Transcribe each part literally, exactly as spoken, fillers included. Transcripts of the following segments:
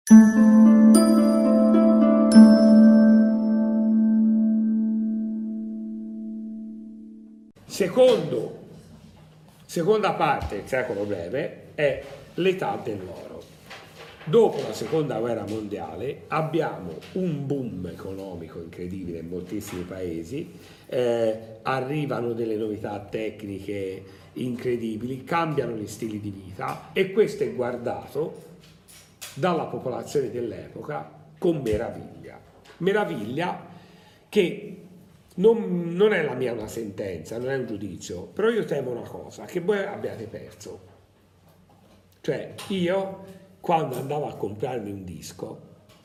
Secondo, seconda parte del secolo breve è l'età dell'oro. Dopo la seconda guerra mondiale abbiamo un boom economico incredibile in moltissimi paesi, eh, arrivano delle novità tecniche incredibili, cambiano gli stili di vita e questo è guardato dalla popolazione dell'epoca con meraviglia. Meraviglia che non, non è la mia una sentenza, non è un giudizio, però io temo una cosa, che voi abbiate perso. Cioè io, quando andavo a comprarmi un disco,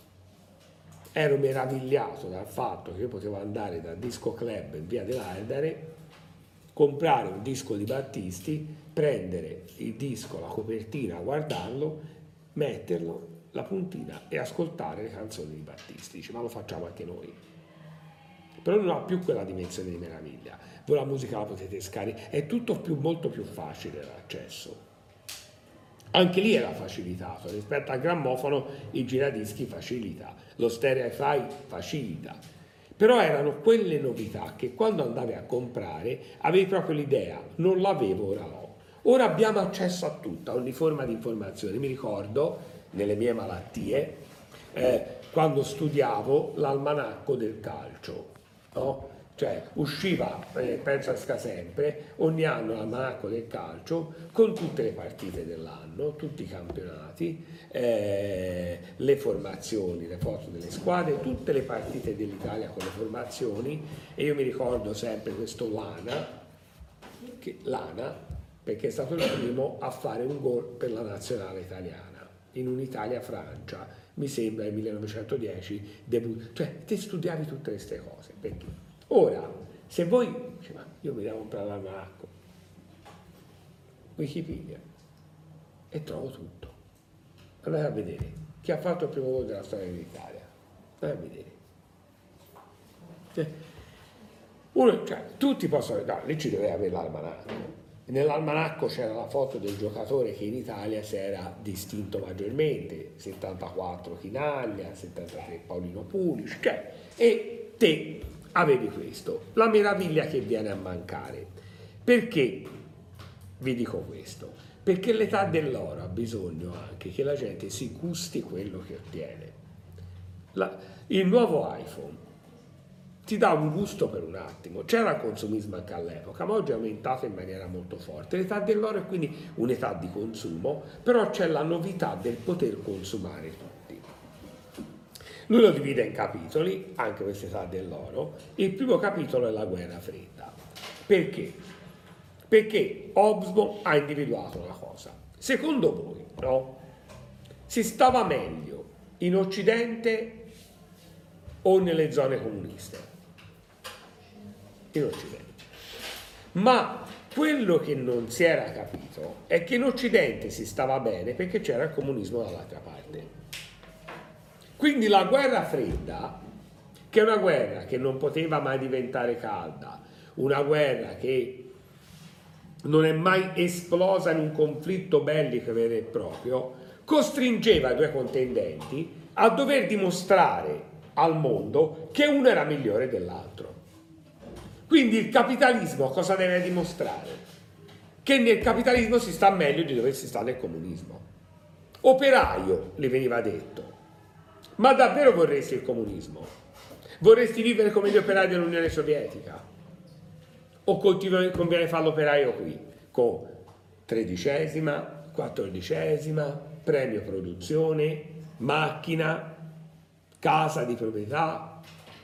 ero meravigliato dal fatto che io potevo andare dal disco club in via dell'Ardare, comprare un disco di Battisti, prendere il disco, la copertina, guardarlo, metterlo, la puntina e ascoltare le canzoni di Battisti. Dice, ma lo facciamo anche noi. Però non ha più quella dimensione di meraviglia. Voi la musica la potete scaricare, è tutto più, molto più facile l'accesso. Anche lì era facilitato, rispetto al grammofono il giradischi facilita, lo stereo hi-fi facilita, però erano quelle novità che quando andavi a comprare avevi proprio l'idea, non l'avevo, ora l'ho. Ora abbiamo accesso a tutta, a ogni forma di informazione. Mi ricordo, nelle mie malattie, eh, quando studiavo l'almanacco del calcio, no? Cioè usciva, eh, penso esca sempre, ogni anno l'almanacco del calcio con tutte le partite dell'anno, tutti i campionati, eh, le formazioni, le foto delle squadre, tutte le partite dell'Italia con le formazioni, e io mi ricordo sempre questo Lana, che, Lana, perché è stato il primo a fare un gol per la nazionale italiana, in un'Italia-Francia, mi sembra nel millenovecentodieci, debut. Cioè te studiavi tutte queste cose, perché? Ora, se voi, dice, ma io mi devo comprare l'almanacco, Wikipedia, e trovo tutto. Andate a vedere chi ha fatto il primo gol della storia dell'Italia. Andate a vedere. Cioè, uno, cioè, tutti possono, no, lì ci deve avere l'almanacco. Nell'almanacco c'era la foto del giocatore che in Italia si era distinto maggiormente, settantaquattro Chinaglia, settantatré Paolino Pulic, cioè, e te avevi questo. La meraviglia che viene a mancare. Perché vi dico questo? Perché l'età dell'oro ha bisogno anche che la gente si gusti quello che ottiene. La, il nuovo iPhone ti dà un gusto per un attimo. C'era il consumismo anche all'epoca, ma oggi è aumentato in maniera molto forte. L'età dell'oro è quindi un'età di consumo, però c'è la novità del poter consumare tutto. Lui lo divide in capitoli, anche questa età dell'oro. Il primo capitolo è la guerra fredda. Perché? Perché Hobsbawm ha individuato una cosa. Secondo voi, no? Si stava meglio in Occidente o nelle zone comuniste? In Occidente. Ma quello che non si era capito è che in Occidente si stava bene perché c'era il comunismo dall'altra parte. Quindi la guerra fredda, che è una guerra che non poteva mai diventare calda, una guerra che non è mai esplosa in un conflitto bellico vero e proprio, costringeva i due contendenti a dover dimostrare al mondo che uno era migliore dell'altro. Quindi il capitalismo cosa deve dimostrare? Che nel capitalismo si sta meglio di dove si sta nel comunismo. Operaio, gli veniva detto. Ma davvero vorresti il comunismo? Vorresti vivere come gli operai dell'Unione Sovietica? O conviene fare l'operaio qui? Con tredicesima, quattordicesima, premio produzione, macchina, casa di proprietà?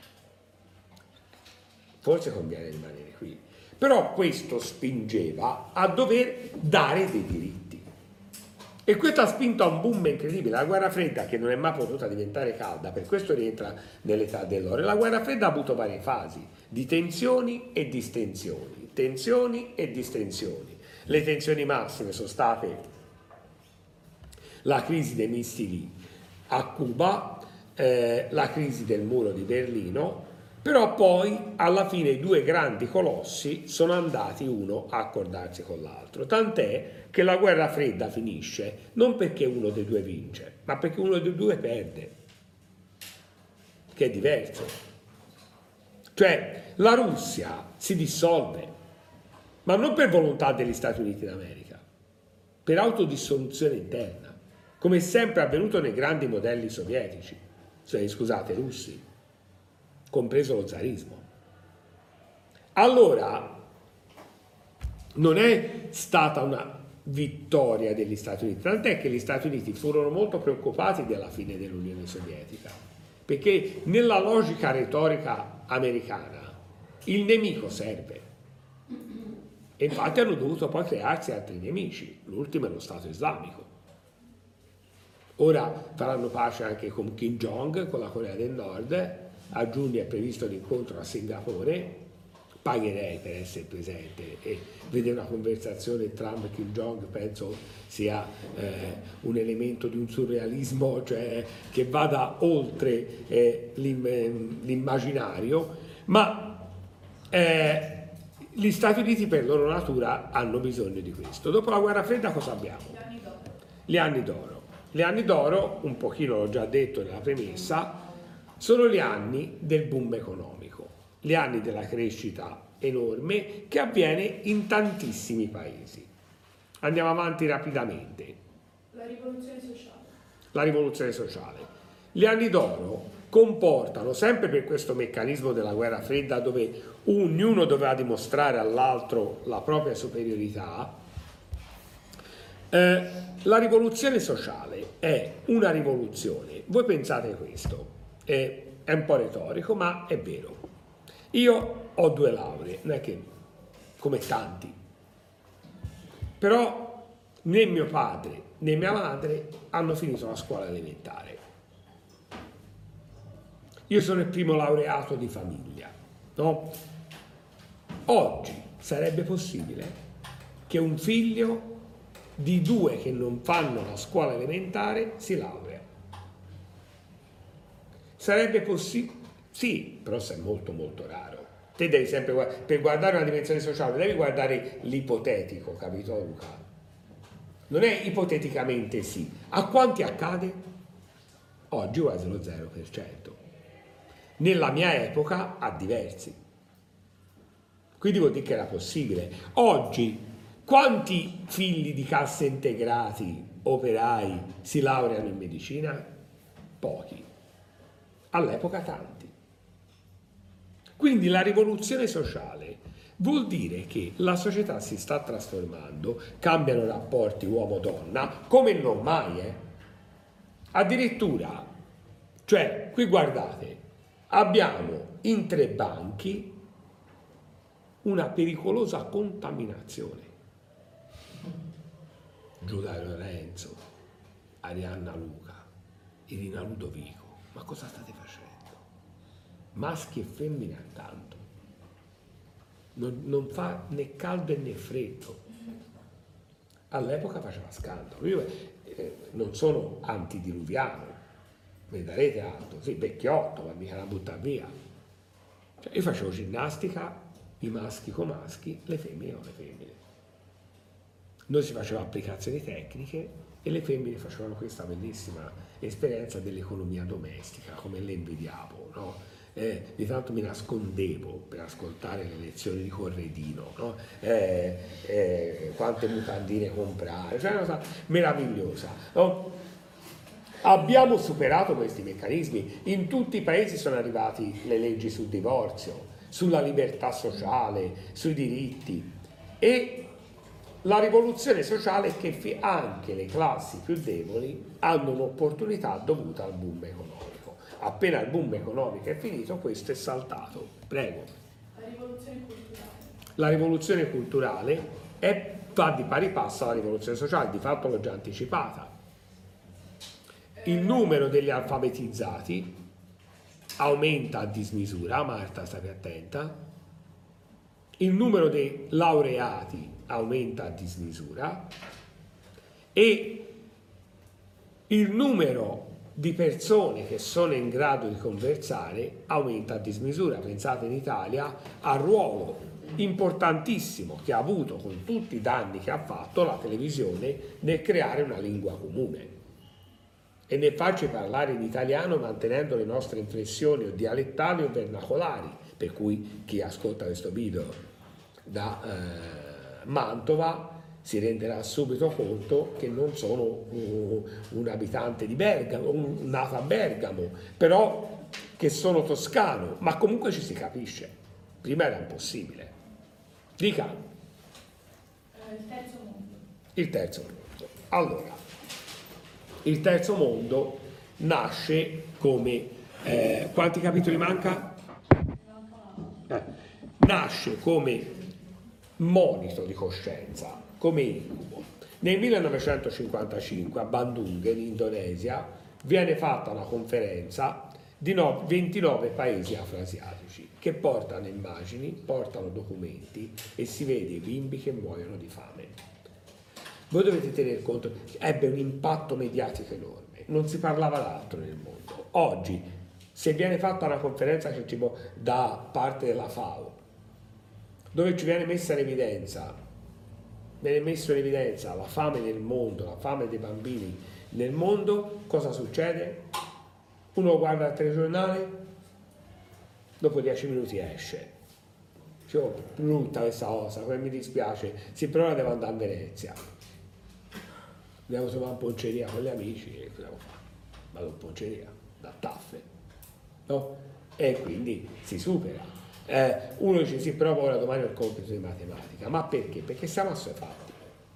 Forse conviene rimanere qui. Però questo spingeva a dover dare dei diritti. E questo ha spinto a un boom incredibile. La guerra fredda, che non è mai potuta diventare calda, per questo rientra nell'età dell'oro. La guerra fredda ha avuto varie fasi di tensioni e distensioni, tensioni e distensioni. Le tensioni massime sono state la crisi dei missili a Cuba, eh, la crisi del muro di Berlino, però poi alla fine i due grandi colossi sono andati uno a accordarsi con l'altro, tant'è che la guerra fredda finisce non perché uno dei due vince, ma perché uno dei due perde, che è diverso. Cioè la Russia si dissolve, ma non per volontà degli Stati Uniti d'America, per autodissoluzione interna, come è sempre avvenuto nei grandi modelli sovietici, cioè, scusate, russi, compreso lo zarismo. Allora, non è stata una vittoria degli Stati Uniti, tant'è che gli Stati Uniti furono molto preoccupati della fine dell'Unione Sovietica, perché nella logica retorica americana il nemico serve, e infatti hanno dovuto poi crearsi altri nemici, l'ultimo è lo Stato islamico. Ora faranno pace anche con Kim Jong, con la Corea del Nord, a giugno è previsto l'incontro a Singapore, pagherei per essere presente e vedere una conversazione Trump-Kim Jong penso sia eh, un elemento di un surrealismo, cioè che vada oltre eh, l'immaginario, ma eh, gli Stati Uniti per loro natura hanno bisogno di questo. Dopo la guerra fredda cosa abbiamo? Gli anni d'oro. Gli anni d'oro. Gli anni d'oro, un pochino l'ho già detto nella premessa, sono gli anni del boom economico, gli anni della crescita enorme che avviene in tantissimi paesi. Andiamo avanti rapidamente. La rivoluzione sociale. La rivoluzione sociale. Gli anni d'oro comportano, sempre per questo meccanismo della guerra fredda dove ognuno doveva dimostrare all'altro la propria superiorità, eh, la rivoluzione sociale è una rivoluzione. Voi pensate questo, è, è un po' retorico, ma è vero. Io ho due lauree, non è che come tanti, però né mio padre né mia madre hanno finito la scuola elementare. Io sono il primo laureato di famiglia, no? Oggi sarebbe possibile che un figlio di due che non fanno la scuola elementare si laurea. Sarebbe possibile? Sì, però è molto molto raro. Te devi sempre, per guardare una dimensione sociale, devi guardare l'ipotetico, capito Luca? Non è ipoteticamente sì. A quanti accade? Oggi quasi lo zero per cento. Nella mia epoca a diversi. Quindi vuol dire che era possibile. Oggi, quanti figli di casse integrati, operai, si laureano in medicina? Pochi. All'epoca tanti. Quindi la rivoluzione sociale vuol dire che la società si sta trasformando, cambiano i rapporti uomo-donna, come non mai, eh? Addirittura, cioè, qui guardate, abbiamo in tre banchi una pericolosa contaminazione. Giuda Lorenzo, Arianna Luca, Irina Ludovico, ma cosa state facendo? Maschi e femmine accanto. Non, non fa né caldo né freddo. All'epoca faceva scandalo. Io eh, non sono antidiluviano, mi darete altro, sì, vecchiotto, ma mica la butta via. Cioè, io facevo ginnastica, i maschi con maschi, le femmine con le femmine. Noi si faceva applicazioni tecniche e le femmine facevano questa bellissima esperienza dell'economia domestica, come le invidiavo, no? Eh, di tanto mi nascondevo per ascoltare le lezioni di Corredino, no? eh, eh, quante mutandine comprare, cioè una cosa meravigliosa, no? Abbiamo superato questi meccanismi, in tutti i paesi sono arrivati le leggi sul divorzio, sulla libertà sociale, sui diritti, e la rivoluzione sociale è che anche le classi più deboli hanno un'opportunità dovuta al boom economico. Appena il boom economico è finito, questo è saltato. Prego. La rivoluzione culturale. La rivoluzione culturale è, va di pari passo alla rivoluzione sociale, di fatto l'ho già anticipata. Il numero degli alfabetizzati aumenta a dismisura, Marta stai attenta, il numero dei laureati aumenta a dismisura e il numero di persone che sono in grado di conversare aumenta a dismisura. Pensate in Italia al ruolo importantissimo che ha avuto, con tutti i danni che ha fatto, la televisione nel creare una lingua comune. e nel farci parlare in italiano mantenendo le nostre inflessioni o dialettali o vernacolari, per cui chi ascolta questo video da eh, Mantova si renderà subito conto che non sono un, un abitante di Bergamo, un, nato a Bergamo, però che sono toscano, ma comunque ci si capisce. Prima era impossibile. Dica. Eh, il terzo mondo. Il terzo mondo. Allora, il terzo mondo nasce come... Eh, quanti capitoli manca? Eh, nasce come monito di coscienza, come incubo. Nel millenovecentocinquantacinque a Bandung, in Indonesia, viene fatta una conferenza di no, ventinove paesi afroasiatici che portano immagini, portano documenti e si vede i bimbi che muoiono di fame. Voi dovete tener conto, ebbe un impatto mediatico enorme, non si parlava d'altro nel mondo. Oggi, se viene fatta una conferenza cioè, tipo, da parte della FAO, dove ci viene messa in evidenza, viene messo in evidenza la fame nel mondo, la fame dei bambini nel mondo, cosa succede? Uno guarda il telegiornale, dopo dieci minuti esce. Dice, oh, brutta questa cosa, come mi dispiace, sì, però ora devo andare a Venezia. Devo trovare un ponceria con gli amici e cosa devo fare? Vado in ponceria, da taffe, no? E quindi si supera. Eh, uno dice sì, però ora domani ho il compito di matematica. Ma perché? Perché siamo assuefatti.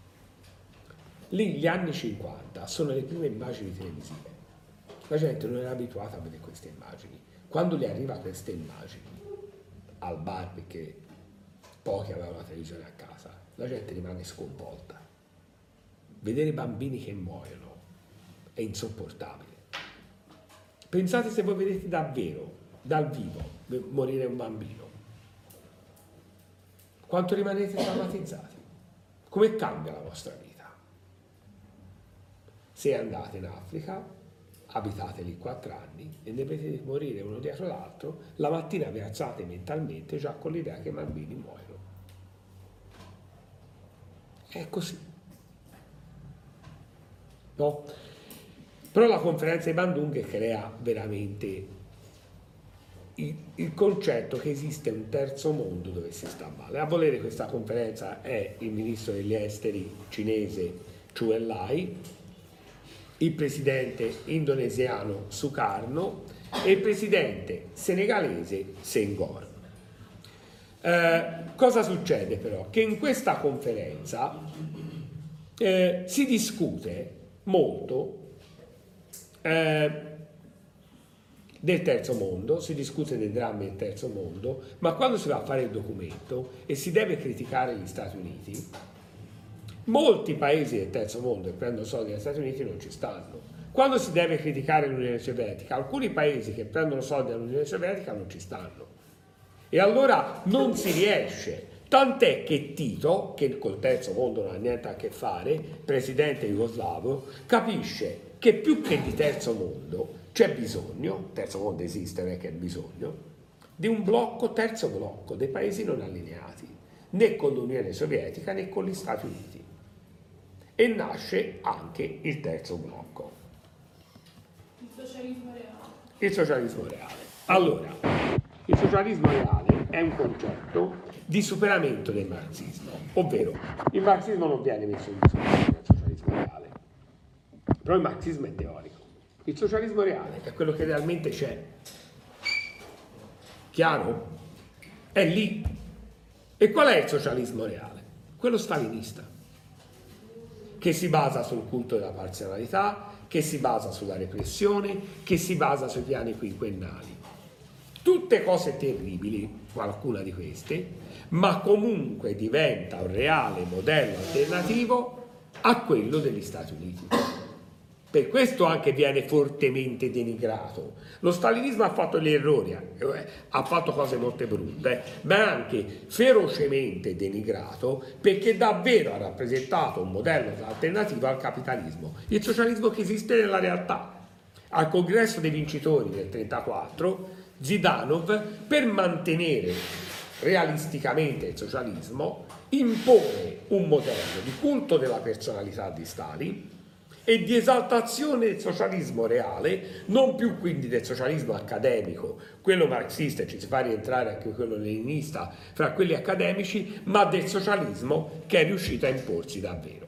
Lì gli anni cinquanta sono le prime immagini televisive. La gente non era abituata a vedere queste immagini. Quando gli arriva queste immagini al bar, perché pochi avevano la televisione a casa, la gente rimane sconvolta. Vedere bambini che muoiono è insopportabile. Pensate se voi vedete davvero, dal vivo, morire un bambino. Quanto rimanete traumatizzati? Come cambia la vostra vita? Se andate in Africa, abitate lì quattro anni e ne vedete morire uno dietro l'altro, la mattina vi alzate mentalmente già con l'idea che i bambini muoiono. È così. No? Però la conferenza di Bandung crea veramente il, il concetto che esiste un terzo mondo dove si sta male. A volere questa conferenza è il ministro degli esteri cinese Zhou Enlai, il presidente indonesiano Sukarno e il presidente senegalese Senghor. Eh, cosa succede però? Che in questa conferenza eh, si discute molto eh, del terzo mondo, si discute dei drammi del terzo mondo, ma quando si va a fare il documento e si deve criticare gli Stati Uniti, molti paesi del terzo mondo che prendono soldi dagli Stati Uniti non ci stanno. Quando si deve criticare l'Unione Sovietica, alcuni paesi che prendono soldi dall'Unione Sovietica non ci stanno. E allora non si riesce. Tant'è che Tito, che col terzo mondo non ha niente a che fare, presidente jugoslavo, capisce che più che di terzo mondo c'è bisogno, terzo mondo esiste, non è che è bisogno, di un blocco, terzo blocco, dei paesi non allineati, né con l'Unione Sovietica né con gli Stati Uniti. E nasce anche il terzo blocco. Il socialismo reale. Il socialismo reale. Allora, il socialismo reale è un concetto di superamento del marxismo, ovvero il marxismo non viene messo in discussione del socialismo reale, però il marxismo è teorico. Il socialismo reale è quello che realmente c'è. Chiaro? È lì. E qual è il socialismo reale? Quello stalinista, che si basa sul culto della parzialità, che si basa sulla repressione, che si basa sui piani quinquennali. Tutte cose terribili, qualcuna di queste, ma comunque diventa un reale modello alternativo a quello degli Stati Uniti. Per questo anche viene fortemente denigrato. Lo stalinismo ha fatto gli errori, eh, ha fatto cose molto brutte, ma è anche ferocemente denigrato perché davvero ha rappresentato un modello alternativo al capitalismo, il socialismo che esiste nella realtà. Al congresso dei vincitori del trentaquattro, Zidanov, per mantenere realisticamente il socialismo, impone un modello di culto della personalità di Stalin e di esaltazione del socialismo reale, non più quindi del socialismo accademico, quello marxista, e ci si fa rientrare anche quello leninista fra quelli accademici, ma del socialismo che è riuscito a imporsi davvero.